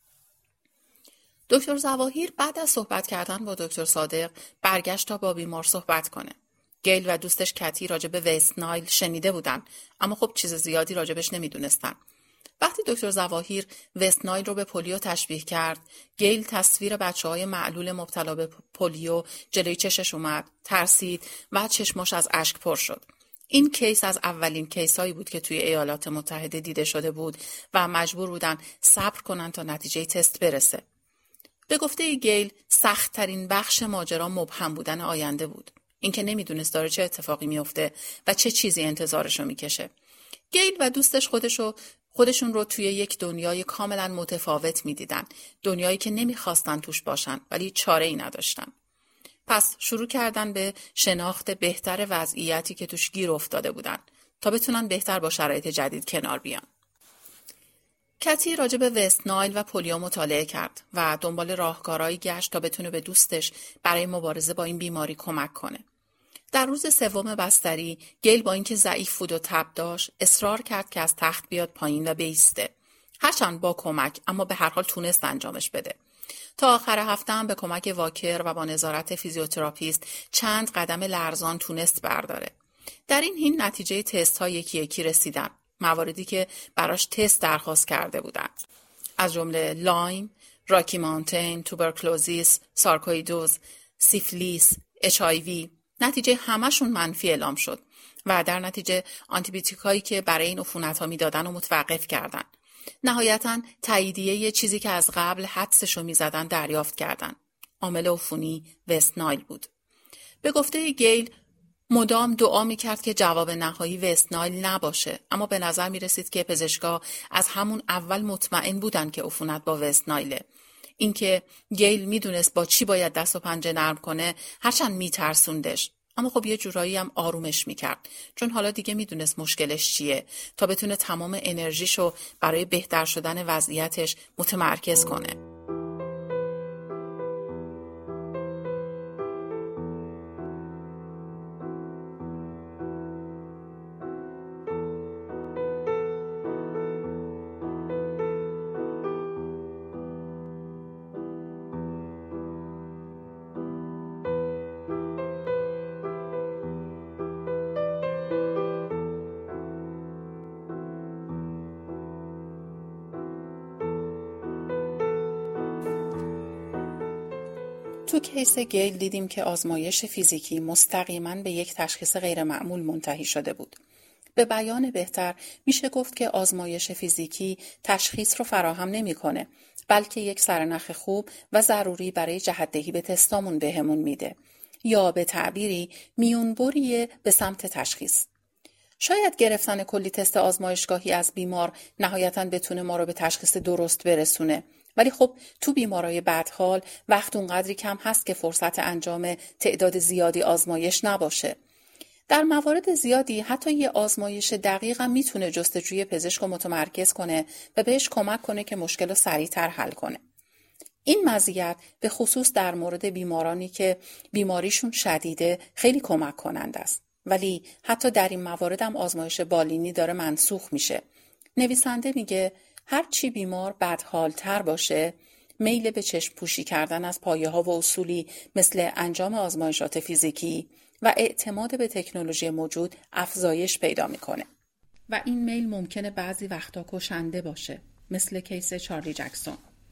دکتر ظواهیر بعد از صحبت کردن با دکتر صادق برگشت تا با بیمار صحبت کنه. گیل و دوستش کتی راجع به وست نایل شنیده بودن، اما خب چیز زیادی راجبش نمیدونستن. وقتی دکتر ظواهیر وست نایل رو به پولیو تشبیه کرد، گیل تصویر بچه‌های معلول مبتلا به پولیو جلوی چشش اومد، ترسید و چشماش از اشک پر شد. این کیس از اولین کیسایی بود که توی ایالات متحده دیده شده بود و مجبور بودن صبر کنن تا نتیجه تست برسه. به گفته گیل، سخت‌ترین بخش ماجرا مبهم بودن آینده بود. اینکه نمیدونست داره چه اتفاقی میفته و چه چیزی انتظارشو میکشه. گیل و دوستش خودشو خودشون رو توی یک دنیای کاملا متفاوت میدیدن، دنیایی که نمیخواستن توش باشن ولی چاره ای نداشتن. پس شروع کردن به شناخت بهتر وضعیتی که توش گیر افتاده بودن تا بتونن بهتر با شرایط جدید کنار بیان. کتی راجع به وست نایل و پولیو مطالعه کرد و دنبال راهکارهایی گشت تا بتونه به دوستش برای مبارزه با این بیماری کمک کنه. در روز سوم بستری، گیل با اینکه ضعیف بود و تب داشت، اصرار کرد که از تخت بیاد پایین و بایسته. هرچند با کمک، اما به هر حال تونست انجامش بده. تا آخر هفته هم به کمک واکر و با نظارت فیزیوتراپیست چند قدم لرزان تونست برداره. در این حین نتیجه تست ها یکی یکی رسیدن. مواردی که براش تست درخواست کرده بودن، از جمله لایم، راکی ماونتین، توبرکلوزیس، سارکویدوز، سیفلیس، اچ آی وی، نتیجه همشون منفی اعلام شد و در نتیجه آنتیبیوتیکایی که برای این عفونت‌ها میدادن و متوقف کردن. نهایتاً تاییدیه یه چیزی که از قبل حدسشو میزدن دریافت کردن. عامل عفونی وست نایل بود. به گفته گیل مدام دعا میکرد که جواب نهایی وست نایل نباشه، اما به نظر میرسید که پزشکا از همون اول مطمئن بودن که عفونت با وست نایله. اینکه گیل میدونست با چی باید دست و پنجه نرم کنه هرچند میترسوندش، اما خب یه جورایی هم آرومش میکرد، چون حالا دیگه میدونست مشکلش چیه تا بتونه تمام انرژیشو برای بهتر شدن وضعیتش متمرکز کنه. تو کیس گیل دیدیم که آزمایش فیزیکی مستقیما به یک تشخیص غیر معمول منتهی شده بود. به بیان بهتر میشه گفت که آزمایش فیزیکی تشخیص رو فراهم نمیکنه، بلکه یک سرنخ خوب و ضروری برای جهت‌دهی به تستامون بهمون میده، یا به تعبیری میونبریه به سمت تشخیص. شاید گرفتن کلی تست آزمایشگاهی از بیمار نهایتاً بتونه ما رو به تشخیص درست برسونه، ولی خب تو بیمارای بدحال وقت اونقدری کم هست که فرصت انجام تعداد زیادی آزمایش نباشه. در موارد زیادی حتی یه آزمایش دقیق هم میتونه جستجوی پزشک رو متمرکز کنه و بهش کمک کنه که مشکل رو سریعتر حل کنه. این مزیت به خصوص در مورد بیمارانی که بیماریشون شدیده خیلی کمک کننده است. ولی حتی در این موارد هم آزمایش بالینی داره منسوخ میشه. نویسنده میگه هر چی بیمار بدحالتر باشه، میل به چشم پوشی کردن از پایه ها و اصولی مثل انجام آزمایشات فیزیکی و اعتماد به تکنولوژی موجود افزایش پیدا میکنه و این میل ممکنه بعضی وقتا کشنده باشه، مثل کیس چارلی جکسون.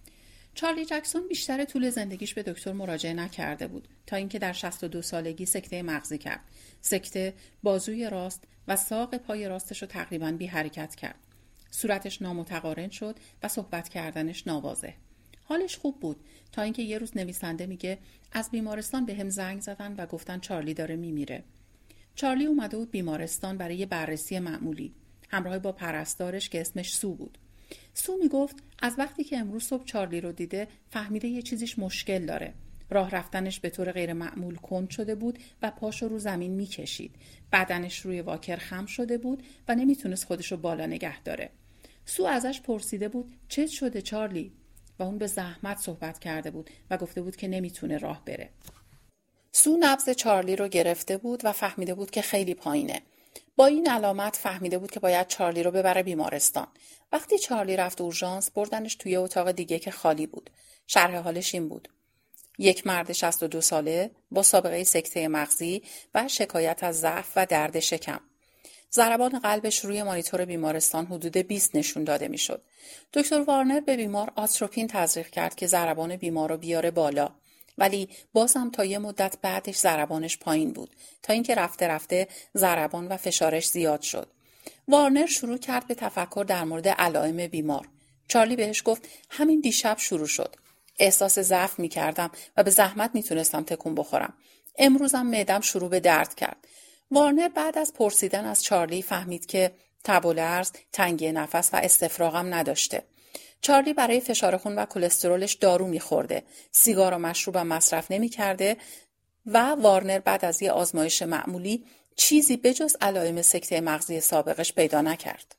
چارلی جکسون بیشتر طول زندگیش به دکتر مراجعه نکرده بود تا اینکه در شصت و دو سالگی سکته مغزی کرد. سکته بازوی راست و ساق پای راستش رو تقریباً بی حرکت کرد. صورتش نامتقارن شد و صحبت کردنش ناواضح. حالش خوب بود تا اینکه یه روز نویسنده میگه از بیمارستان به هم زنگ زدن و گفتن چارلی داره میمیره. چارلی اومده بود بیمارستان برای یه بررسی معمولی همراه با پرستارش که اسمش سو بود. سو میگفت از وقتی که امروز صبح چارلی رو دیده فهمیده یه چیزیش مشکل داره. راه رفتنش به طور غیر معمول کند شده بود و پاشو رو زمین میکشید. بدنش روی واکر خم شده بود و نمیتونست خودشو بالا نگه داره. سو ازش پرسیده بود چه شده چارلی؟ و اون به زحمت صحبت کرده بود و گفته بود که نمیتونه راه بره. سو نبض چارلی رو گرفته بود و فهمیده بود که خیلی پایینه. با این علامت فهمیده بود که باید چارلی رو ببره بیمارستان. وقتی چارلی رفت اورژانس بردنش توی اتاق دیگه که خالی بود. شرح حالش این بود: یک مرد شصت و دو ساله با سابقه سکته مغزی و شکایت از ضعف و درد شکم. ضربان قلبش روی مانیتور بیمارستان حدود بیست نشون داده میشد. دکتر وارنر به بیمار آتروپین تزریق کرد که ضربان بیمار رو بیاره بالا. ولی بازم تا یه مدت بعدش ضربانش پایین بود تا اینکه رفته رفته ضربان و فشارش زیاد شد. وارنر شروع کرد به تفکر در مورد علائم بیمار. چارلی بهش گفت همین دیشب شروع شد. احساس ضعف می‌کردم و به زحمت میتونستم تکون بخورم. امروزم معدم شروع به درد کرد. وارنر بعد از پرسیدن از چارلی فهمید که تب و لرز، تنگی نفس و استفراغم نداشته. چارلی برای فشار خون و کلسترولش دارو میخورده، سیگار و مشروب هم مصرف نمیکرده و وارنر بعد از یه آزمایش معمولی چیزی بجز علائم سکته مغزی سابقش پیدا نکرد.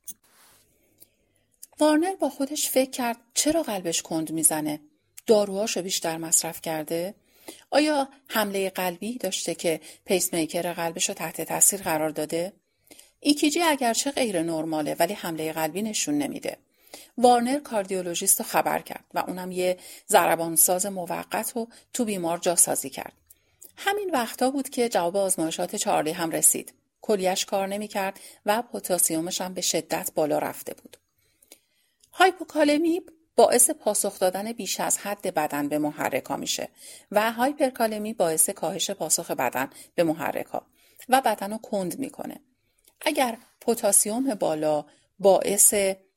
وارنر با خودش فکر کرد چرا قلبش کند میزنه؟ داروهاشو بیشتر مصرف کرده؟ آیا حمله قلبی داشته که پیس میکر قلبشو تحت تاثیر قرار داده؟ ایکیجی اگرچه غیر نرماله ولی حمله قلبی نشون نمیده. وارنر کاردیولوژیست رو خبر کرد و اونم یه ضربانساز موقت رو تو بیمار جاسازی کرد. همین وقتا بود که جواب آزمایشات چارلی هم رسید. کلیه‌اش کار نمی‌کرد و پتاسیمش هم به شدت بالا رفته بود. هایپوکالمی باعث پاسخ دادن بیش از حد بدن به محرک‌ها میشه و هایپرکالمی باعث کاهش پاسخ بدن به محرک‌ها و بدن رو کند میکنه. اگر پتاسیم بالا باعث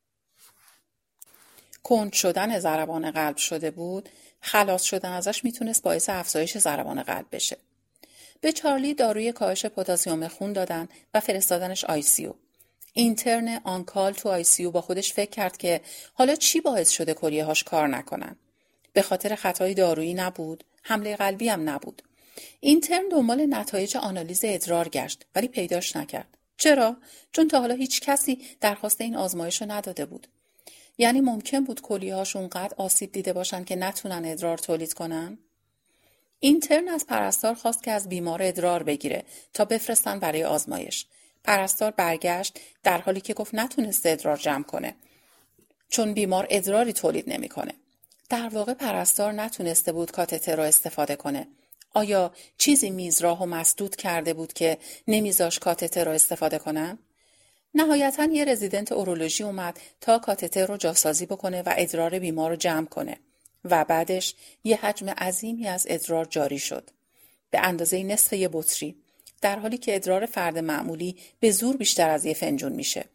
کند شدن ضربان قلب شده بود، خلاص شدن ازش میتونست باعث افزایش ضربان قلب بشه. به چارلی داروی کاهش پتاسیم خون دادن و فرستادنش آی سی یو. اینترن آنکال تو آی سی یو با خودش فکر کرد که حالا چی باعث شده کلیه‌هاش کار نکنن. به خاطر خطای دارویی نبود، حمله قلبی هم نبود. اینترن دنبال نتایج آنالیز ادرار گشت ولی پیداش نکرد. چرا؟ چون تا حالا هیچ کسی درخواست این آزمایش رو نداده بود. یعنی ممکن بود کلیه‌هاش اونقدر آسیب دیده باشن که نتونن ادرار تولید کنن؟ اینترن از پرستار خواست که از بیمار ادرار بگیره تا بفرستن برای آزمایش. پرستار برگشت در حالی که گفت نتونسته ادرار جمع کنه چون بیمار ادراری تولید نمیکنه. در واقع پرستار نتونسته بود کاتتر را استفاده کنه. آیا چیزی میزراه و مسدود کرده بود که نمیذاش کاتتر را استفاده کنن؟ نهایتاً یه رزیدنت اورولوژی اومد تا کاتتر رو جاسازی بکنه و ادرار بیمار رو جمع کنه و بعدش یه حجم عظیمی از ادرار جاری شد. به اندازه نصف یه بطری، در حالی که ادرار فرد معمولی به زور بیشتر از یه فنجون میشه.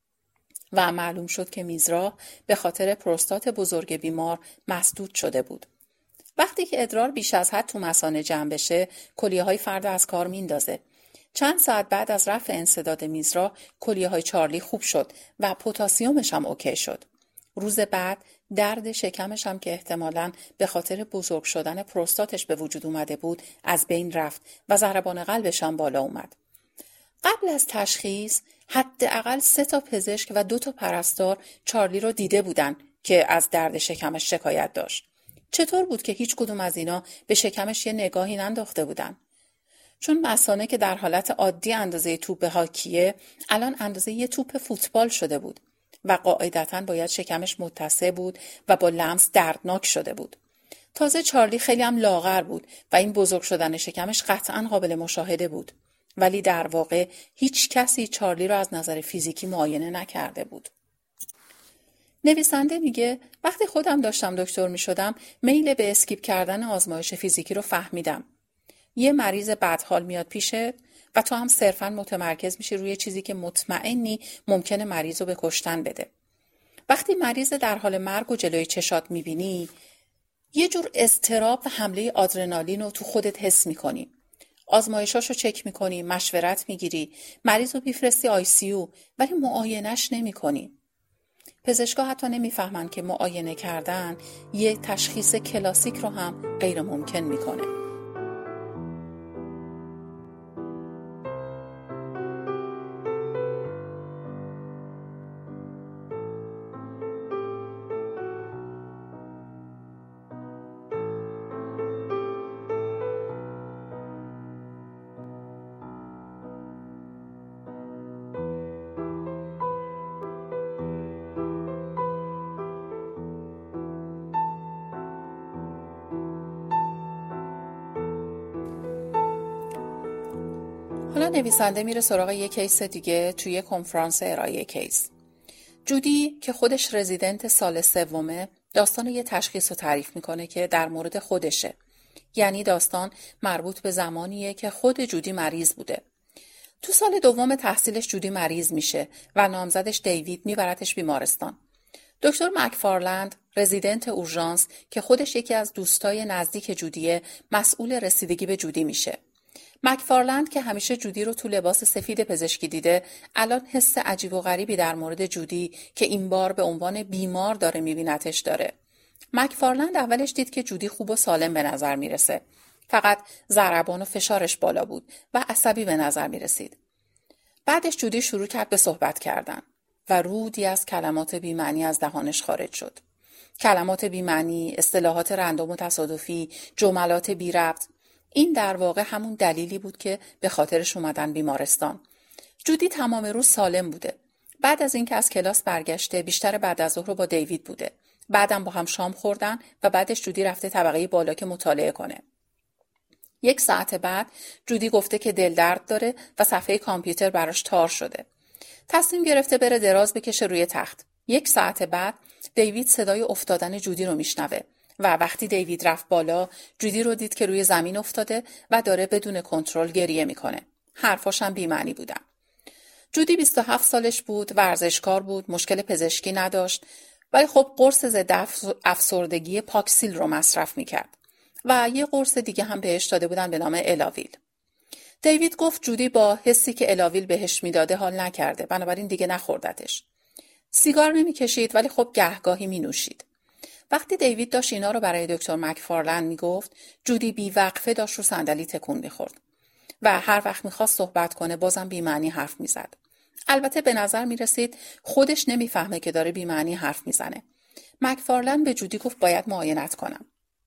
و معلوم شد که میزراه به خاطر پروستات بزرگ بیمار مسدود شده بود. وقتی که ادرار بیش از حد تو مثانه جمع بشه، کلیه‌های فرد از کار میندازه. چند ساعت بعد از رفع انسداد میزراه، کلیه‌های چارلی خوب شد و پتاسیمش هم اوکی شد. روز بعد درد شکمش هم که احتمالاً به خاطر بزرگ شدن پروستاتش به وجود اومده بود از بین رفت و ضربان قلبش هم بالا اومد. قبل از تشخیص حداقل سه تا پزشک و دو تا پرستار چارلی رو دیده بودن که از درد شکمش شکایت داشت. چطور بود که هیچ کدوم از اینا به شکمش یه نگاهی ننداخته بودن؟ چون مثانه که در حالت عادی اندازه توپ هاکیه الان اندازه یه توپ فوتبال شده بود و قاعدتاً باید شکمش متسع بود و با لمس دردناک شده بود. تازه چارلی خیلی هم لاغر بود و این بزرگ شدن شکمش قطعاً قابل مشاهده بود. ولی در واقع هیچ کسی چارلی را از نظر فیزیکی معاینه نکرده بود. نویسنده میگه وقتی خودم داشتم دکتر میشدم میل به اسکیپ کردن آزمایش فیزیکی رو فهمیدم. یه مریض بدحال میاد پیشت و تو هم صرفاً متمرکز میشی روی چیزی که مطمئنی ممکنه مریض رو به کشتن بده. وقتی مریض در حال مرگ و جلوی چشات میبینی یه جور اضطراب و حمله آدرنالین رو تو خودت حس میکنی. آزمایشاشو چک میکنی، مشورت میگیری، مریض رو میفرستی آی سی یو ولی معاینش نمیکنی. پزشکا حتی نمیفهمن که معاینه کردن یه تشخیص کلاسیک رو هم غیر ممکن میکنه. حالا نویسنده میره سراغ یک کیس دیگه توی کنفرانس ارائه کیس. جودی که خودش رزیدنت سال سومه داستان یه تشخیص رو تعریف میکنه که در مورد خودشه. یعنی داستان مربوط به زمانیه که خود جودی مریض بوده. تو سال دوم تحصیلش جودی مریض میشه و نامزدش دیوید میبرتش بیمارستان. دکتر مکفارلند رزیدنت اورژانس که خودش یکی از دوستای نزدیک جودیه مسئول رسیدگی به جودی میشه. مکفارلند که همیشه جودی رو تو لباس سفید پزشکی دیده الان حس عجیب و غریبی در مورد جودی که این بار به عنوان بیمار داره میبینتش داره. مکفارلند اولش دید که جودی خوب و سالم به نظر میرسه. فقط ضربان و فشارش بالا بود و عصبی به نظر میرسید. بعدش جودی شروع کرد به صحبت کردن و رودی از کلمات بی‌معنی از دهانش خارج شد. کلمات بی‌معنی، اصطلاحات رندوم و تصادفی، جملات بی ربط. این در واقع همون دلیلی بود که به خاطرش اومدن بیمارستان. جودی تمام روز سالم بوده. بعد از اینکه از کلاس برگشته بیشتر بعد از ظهر با دیوید بوده. بعدم با هم شام خوردن و بعدش جودی رفته طبقه بالا که مطالعه کنه. یک ساعت بعد جودی گفته که دل درد داره و صفحه کامپیوتر براش تار شده. تصمیم گرفته بره دراز بکشه روی تخت. یک ساعت بعد دیوید صدای افتادن جودی رو میشنوه و وقتی دیوید رفت بالا جودی رو دید که روی زمین افتاده و داره بدون کنترل گریه میکنه. حرفاش هم بی‌معنی بودن. جودی بیست و هفت سالش بود، ورزشکار بود، مشکل پزشکی نداشت ولی خب قرص ضد افسردگی پاکسیل رو مصرف میکرد و یه قرص دیگه هم بهش داده بودن به نام الاویل. دیوید گفت جودی با حسی که الاویل بهش میداده حال نکرده، بنابراین دیگه نخوردتش. سیگار نمیکشید ولی خب گهگاهی مینوشید. وقتی دیوید داشت اینا رو برای دکتر مکفارلند میگفت، جودی بیوقفه داشت رو صندلی تکون میخورد و هر وقت میخواست صحبت کنه بازم بی‌معنی حرف میزد. البته به نظر میرسید خودش نمیفهمه که داره بی‌معنی حرف میزنه. مکفارلند به جودی گفت باید معاینت کنم.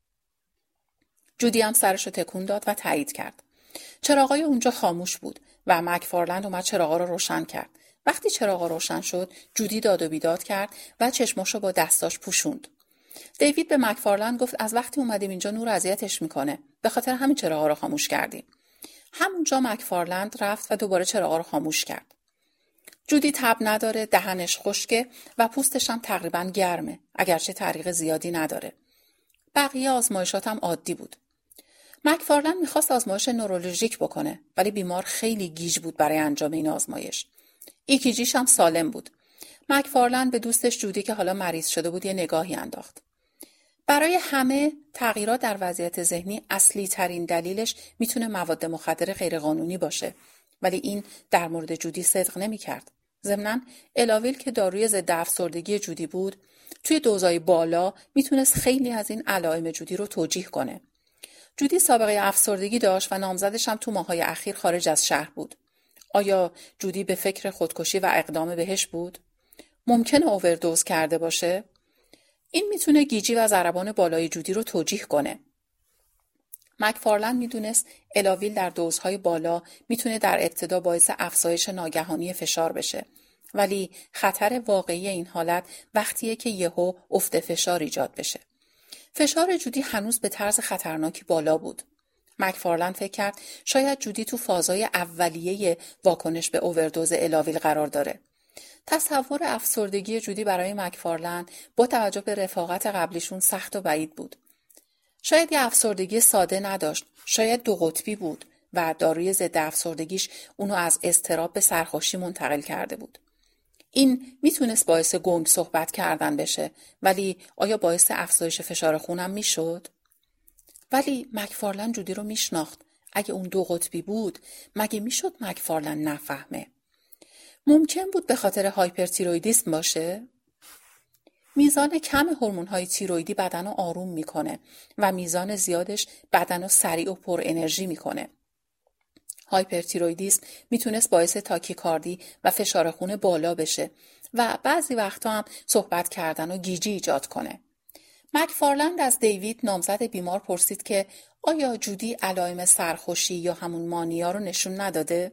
جودی هم سرشو تکون داد و تایید کرد. چراغای اونجا خاموش بود و مکفارلند اومد چراغا رو روشن کرد. وقتی چراغا روشن شد، جودی داد و بیداد کرد و چشماشو با دستاش پوشوند. دیوید به مکفارلند گفت از وقتی اومدیم اینجا نور اذیتش میکنه. به خاطر همین چراغا رو خاموش کردیم. همونجا مکفارلند رفت و دوباره چراغا رو خاموش کرد. جودی تب نداره، دهنش خشکه و پوستش هم تقریباً گرمه، اگرچه تعریق زیادی نداره. بقیه آزمایشات هم عادی بود. مکفارلند میخواست آزمایش نورولوژیک بکنه ولی بیمار خیلی گیج بود برای انجام این آزمایش. ایکیجیش هم سالم بود. مکفارلند به دوستش جودی که حالا مریض شده بود یه نگاهی انداخت. برای همه تغییرات در وضعیت ذهنی اصلی ترین دلیلش میتونه مواد مخدر غیرقانونی باشه، ولی این در مورد جودی صدق نمیکرد. ضمناً الاویل که داروی ضد افسردگی جودی بود، توی دوزای بالا میتونست خیلی از این علائم جودی رو توجیه کنه. جودی سابقه افسردگی داشت و نامزدش هم تو ماهای اخیر خارج از شهر بود. آیا جودی به فکر خودکشی و اقدام بهش بود؟ ممکنه اووردوز کرده باشه؟ این میتونه گیجی و ضربان بالای جودی رو توجیه کنه. مکفارلند میدونست الاویل در دوزهای بالا میتونه در ابتدا باعث افزایش ناگهانی فشار بشه، ولی خطر واقعی این حالت وقتیه که یهو افت فشار ایجاد بشه. فشار جودی هنوز به طرز خطرناکی بالا بود. مکفارلند فکر کرد شاید جودی تو فازای اولیه واکنش به اووردوز الاویل قرار داره. تصور افسردگی جودی برای مکفارلند با توجه به رفاقت قبلیشون سخت و بعید بود. شاید یه افسردگی ساده نداشت، شاید دو قطبی بود و داروی ضد افسردگیش اونو از اضطراب به سرخوشی منتقل کرده بود. این میتونست باعث گنگ صحبت کردن بشه، ولی آیا باعث افزایش فشار خونم میشد؟ ولی مکفارلند جودی رو میشناخت. اگه اون دو قطبی بود، مگه میشد مکفارلند نفهمه؟ ممکن بود به خاطر هایپرتیرویدیسم باشه؟ میزان کم هورمون‌های تیرویدی بدن رو آروم میکنه و میزان زیادش بدن رو سریع و پر انرژی میکنه. هایپرتیرویدیسم میتونست باعث تاکیکاردی و فشار خون بالا بشه و بعضی وقتا هم صحبت کردن و گیجی ایجاد کنه. مکفارلند از دیوید نامزد بیمار پرسید که آیا جودی علائم سرخوشی یا همون مانیا رو نشون نداده؟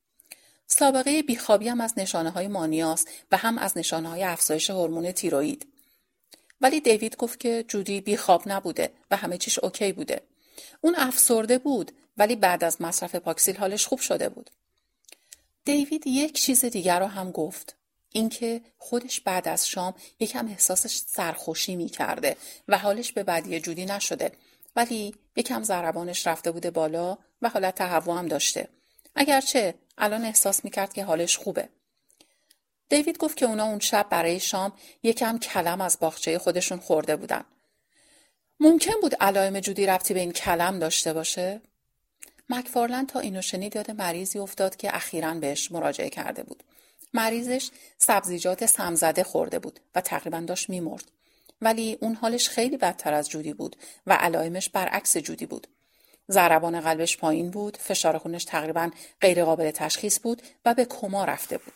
سابقه بیخوابی هم از نشانه‌های مانیاست و هم از نشانه‌های افزایش هورمون تیروئید. ولی دیوید گفت که جودی بیخواب نبوده و همه چیش اوکی بوده. اون افسرده بود ولی بعد از مصرف پاکسیل حالش خوب شده بود. دیوید یک چیز دیگر رو هم گفت. اینکه خودش بعد از شام یکم احساسش سرخوشی می‌کرده و حالش به بدی جودی نشده، ولی یکم ضربانش رفته بوده بالا و حالت تهوع هم داشته. اگرچه الان احساس می‌کرد که حالش خوبه. دیوید گفت که اونا اون شب برای شام یکم کلم از باغچه خودشون خورده بودن. ممکن بود علائم جودی ربطی به این کلم داشته باشه؟ مکفارلند تا اینو شنید یاد مریضی افتاد که اخیراً بهش مراجعه کرده بود. مریضش سبزیجات سمزده خورده بود و تقریباً داشت میمرد. ولی اون حالش خیلی بدتر از جودی بود و علائمش برعکس جودی بود. ضربان قلبش پایین بود، فشار خونش تقریباً غیر قابل تشخیص بود و به کما رفته بود.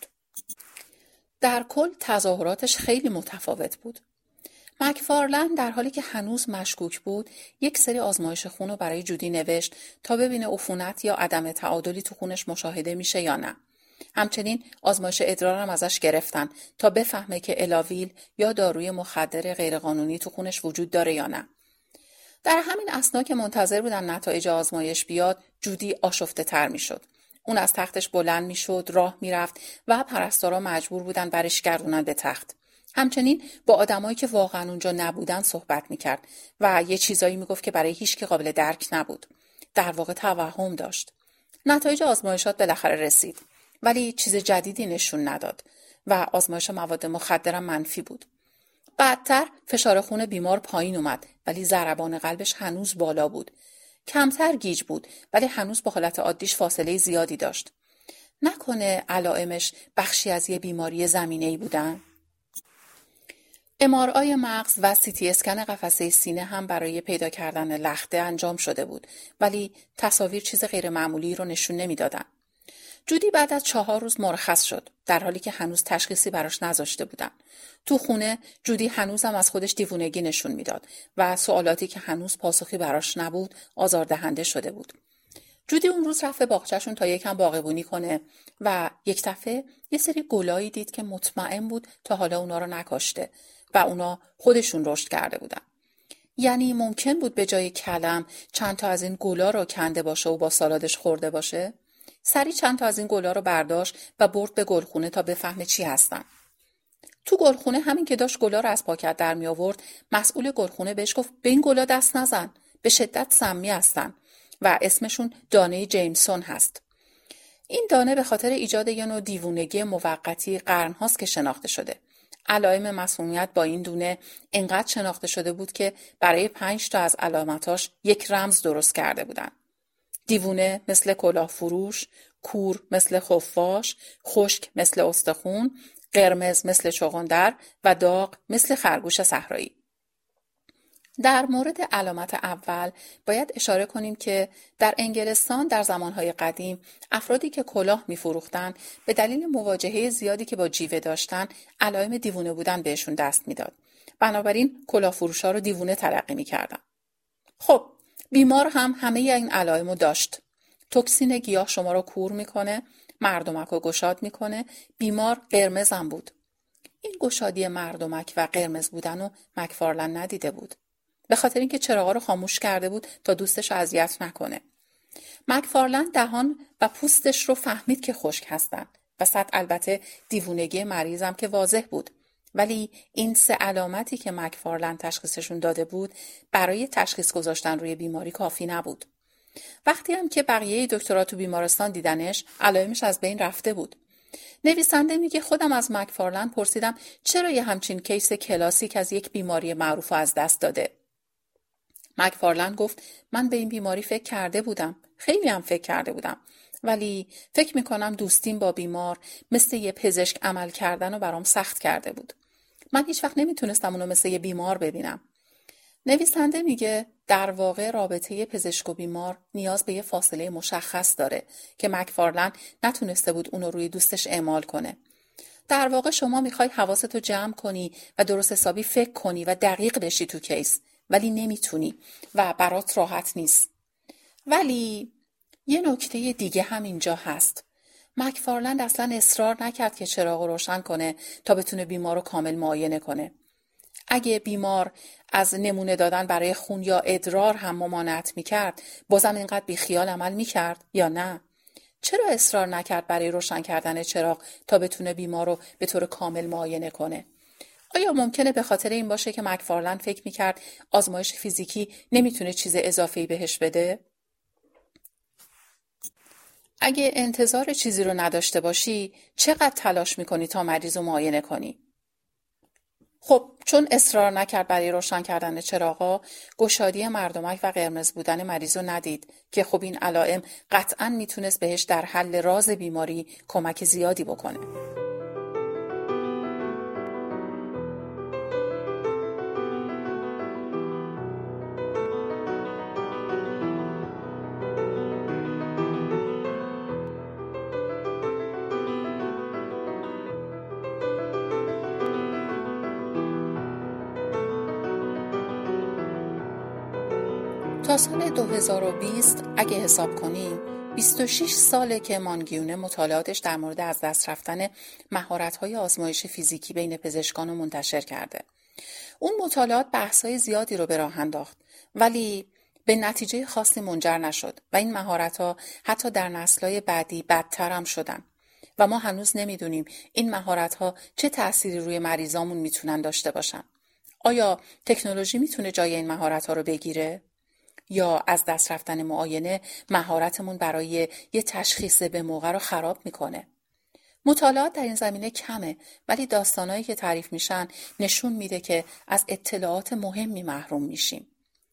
در کل تظاهراتش خیلی متفاوت بود. مکفارلند در حالی که هنوز مشکوک بود، یک سری آزمایش خون رو برای جودی نوشت تا ببینه عفونت یا عدم تعادلی تو خونش مشاهده میشه یا نه. همچنین آزمایش ادرار هم ازش گرفتن تا بفهمه که الاویل یا داروی مخدر غیرقانونی تو خونش وجود داره یا نه. در همین اثنا که منتظر بودن نتایج آزمایش بیاد، جودی آشفته تر می شد. اون از تختش بلند می شد، راه می رفت و پرستارا مجبور بودن برش گردونن به تخت. همچنین با آدمایی که واقعا اونجا نبودن صحبت می کرد و یه چیزایی می گفت که برای هیچ کی قابل درک نبود. در واقع توهم داشت. نتایج آزمایشات بالاخره رسید، ولی چیز جدیدی نشون نداد و آزمایش مواد مخدرم منفی بود. بعدتر فشار خون بیمار پایین اومد، ولی ضربان قلبش هنوز بالا بود. کمتر گیج بود، ولی هنوز با حالت عادیش فاصله زیادی داشت. نکنه علائمش بخشی از یه بیماری زمینه‌ای بودن؟ ام آر آی مغز و سی تی اسکن قفسه سینه هم برای پیدا کردن لخته انجام شده بود، ولی تصاویر چیز غیر معمولی رو نشون نمیدادن. جودی بعد از چهار روز مرخص شد، در حالی که هنوز تشخیصی براش نذاشته بودن. تو خونه جودی هنوزم از خودش دیوونگی نشون میداد و سوالاتی که هنوز پاسخی براش نبود آزاردهنده شده بود. جودی اون روز رفت به باغچه‌شون تا یکم باغبونی کنه و یک دفعه یه سری گلایی دید که مطمئن بود تا حالا اونا رو نکاشته و اونا خودشون رشد کرده بودن. یعنی ممکن بود به جای کلم چند تا از این گلا رو کنده باشه و با سالادش خورده باشه؟ سری چند تا از این گلا رو برداشت و برد به گلخونه تا بفهمه چی هستن. تو گلخونه همین که داشت گلا رو از پاکت در می آورد، مسئول گلخونه بهش گفت به این گلا دست نزن، به شدت سمی هستن و اسمشون دانه جیمسون هست. این دانه به خاطر ایجاد یه نوع دیوونگی موقتی قرن‌هاست که شناخته شده. علائم مسمومیت با این دونه انقدر شناخته شده بود که برای پنج تا از علامتاش یک رمز درست کرده بودن. دیوونه مثل کلاه فروش، کور مثل خفاش، خشک مثل استخون، قرمز مثل چغندر و داغ مثل خرگوش صحرایی. در مورد علامت اول باید اشاره کنیم که در انگلستان در زمانهای قدیم افرادی که کلاه می‌فروختن به دلیل مواجهه زیادی که با جیوه داشتن علائم دیوونه بودن بهشون دست میداد. بنابراین کلاه فروشا رو دیوونه تلقی می‌کردن. خب بیمار هم همه این علائمو داشت. توکسین گیاه شما رو کور میکنه، مردمک رو گشاد میکنه، بیمار قرمزم بود. این گشادی مردمک و قرمز بودن رو مکفارلند ندیده بود. به خاطر اینکه چراغا رو خاموش کرده بود تا دوستش اذیت نکنه. مکفارلند دهان و پوستش رو فهمید که خشک هستن، وسط البته دیوونگی مریضم که واضح بود. ولی این سه علامتی که مکفارلند تشخیصشون داده بود برای تشخیص گذاشتن روی بیماری کافی نبود. وقتی هم که بقیه دکترها تو بیمارستان دیدنش، علائمش از بین رفته بود. نویسنده میگه خودم از مکفارلند پرسیدم چرا یه همچین کیس کلاسیک از یک بیماری معروف از دست داده. مکفارلند گفت من به این بیماری فکر کرده بودم. خیلی هم فکر کرده بودم. ولی فکر میکنم دوستیم با بیمار مثل یه پزشک عمل کردن و برام سخت کرده بود. من هیچ وقت نمیتونستم اونو مثل یه بیمار ببینم. نویسنده میگه در واقع رابطه پزشک و بیمار نیاز به یه فاصله مشخص داره که مکفارلند نتونسته بود اونو روی دوستش اعمال کنه. در واقع شما میخوای حواستو جمع کنی و درست حسابی فکر کنی و دقیق بشی تو کیس، ولی نمیتونی و برات راحت نیست. ولی یه نکته دیگه هم اینجا هست. مکفارلند اصلا اصرار نکرد که چراغ روشن کنه تا بتونه بیمار رو کامل معاینه کنه. اگه بیمار از نمونه دادن برای خون یا ادرار هم ممانعت میکرد، بازم اینقدر بیخیال عمل میکرد یا نه؟ چرا اصرار نکرد برای روشن کردن چراغ تا بتونه بیمار رو به طور کامل معاینه کنه؟ آیا ممکنه به خاطر این باشه که مکفارلند فکر میکرد آزمایش فیزیکی نمیتونه چیز اضافه‌ای بهش بده؟ اگه انتظار چیزی رو نداشته باشی، چقدر تلاش میکنی تا مریض رو معاینه کنی؟ خب چون اصرار نکرد برای روشن کردن چراغا، گشادی مردمک و قرمز بودن مریض رو ندید که خب این علائم قطعاً میتونست بهش در حل راز بیماری کمک زیادی بکنه. تا سال دو هزار و بیست اگه حساب کنیم بیست و شش ساله که مانگیونه مطالعاتش در مورد از دست رفتن مهارت‌های آزمایش فیزیکی بین پزشکان رو منتشر کرده. اون مطالعات بحث‌های زیادی رو به راه انداخت ولی به نتیجه خاصی منجر نشد و این مهارت‌ها حتی در نسل‌های بعدی بدتر هم شدن و ما هنوز نمیدونیم این مهارت‌ها چه تأثیری روی مریضامون میتونن داشته باشن. آیا تکنولوژی میتونه جای این مهارت‌ها رو بگیره؟ یا از دست رفتن معاینه مهارتمون برای یه تشخیص به موقع رو خراب میکنه؟ مطالعات در این زمینه کمه ولی داستانایی که تعریف میشن نشون میده که از اطلاعات مهمی محروم میشیم.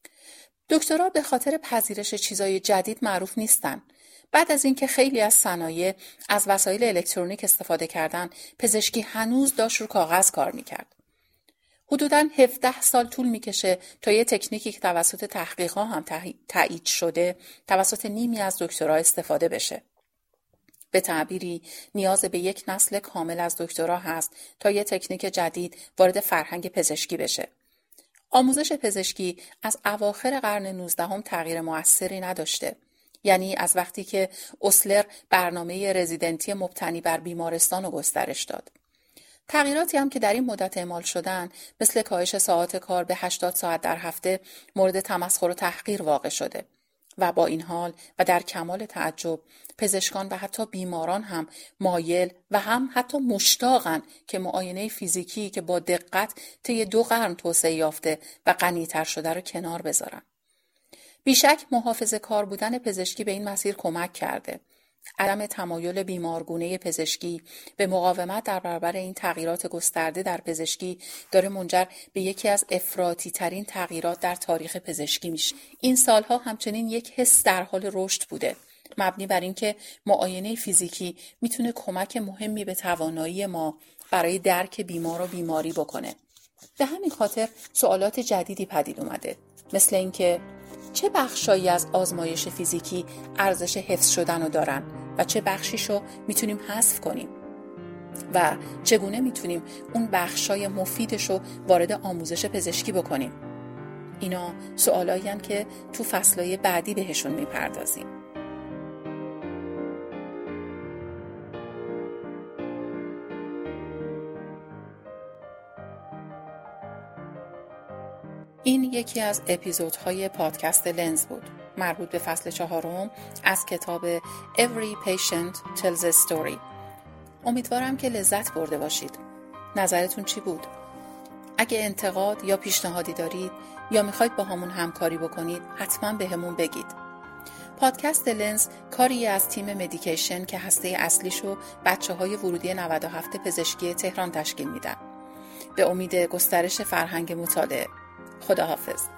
دکترها به خاطر پذیرش چیزای جدید معروف نیستن. بعد از اینکه خیلی از صنایع از وسایل الکترونیک استفاده کردن، پزشکی هنوز داشت رو کاغذ کار میکرد. حدوداً هفده سال طول میکشه تا یه تکنیکی که توسط تحقیقات هم تایید شده توسط نیمی از دکترها استفاده بشه. به تعبیری نیاز به یک نسل کامل از دکترها هست تا یه تکنیک جدید وارد فرهنگ پزشکی بشه. آموزش پزشکی از اواخر قرن نوزدهم تغییر موثری نداشته. یعنی از وقتی که اوسلر برنامه رزیدنتی مبتنی بر بیمارستان رو گسترش داد. تغییراتی هم که در این مدت اعمال شدن مثل کاهش ساعات کار به هشتاد ساعت در هفته مورد تمسخر و تحقیر واقع شده و با این حال و در کمال تعجب پزشکان و حتی بیماران هم مایل و هم حتی مشتاقن که معاینه فیزیکی که با دقت طی دو قرن توسعه یافته و غنی‌تر شده رو کنار بذارن. بیشک محافظه کار بودن پزشکی به این مسیر کمک کرده. عدم تمایل بیمارگونه پزشکی به مقاومت در برابر این تغییرات گسترده در پزشکی داره منجر به یکی از افراطی ترین تغییرات در تاریخ پزشکی میشه. این سالها همچنین یک حس در حال رشد بوده، مبنی بر اینکه معاینه فیزیکی میتونه کمک مهمی به توانایی ما برای درک بیمار و بیماری بکنه. به همین خاطر سوالات جدیدی پدید اومده، مثل اینکه چه بخشایی از آزمایش فیزیکی ارزش حفظ شدن رو دارن و چه بخشیشو میتونیم حذف کنیم و چگونه میتونیم اون بخشای مفیدشو وارد آموزش پزشکی بکنیم. اینا سوالایی هستن که تو فصلای بعدی بهشون میپردازیم. این یکی از اپیزودهای پادکست لنز بود، مربوط به فصل چهارم از کتاب Every Patient Tells a Story. امیدوارم که لذت برده باشید. نظرتون چی بود؟ اگه انتقاد یا پیشنهادی دارید یا میخواید با همون همکاری بکنید حتما به همون بگید. پادکست لنز کاریه از تیم مدیکیشن که هسته اصلیشو بچه های ورودی نود و هفت پزشکی تهران تشکیل میدن. به امید گسترش فرهنگ مطالعه. خداحافظ.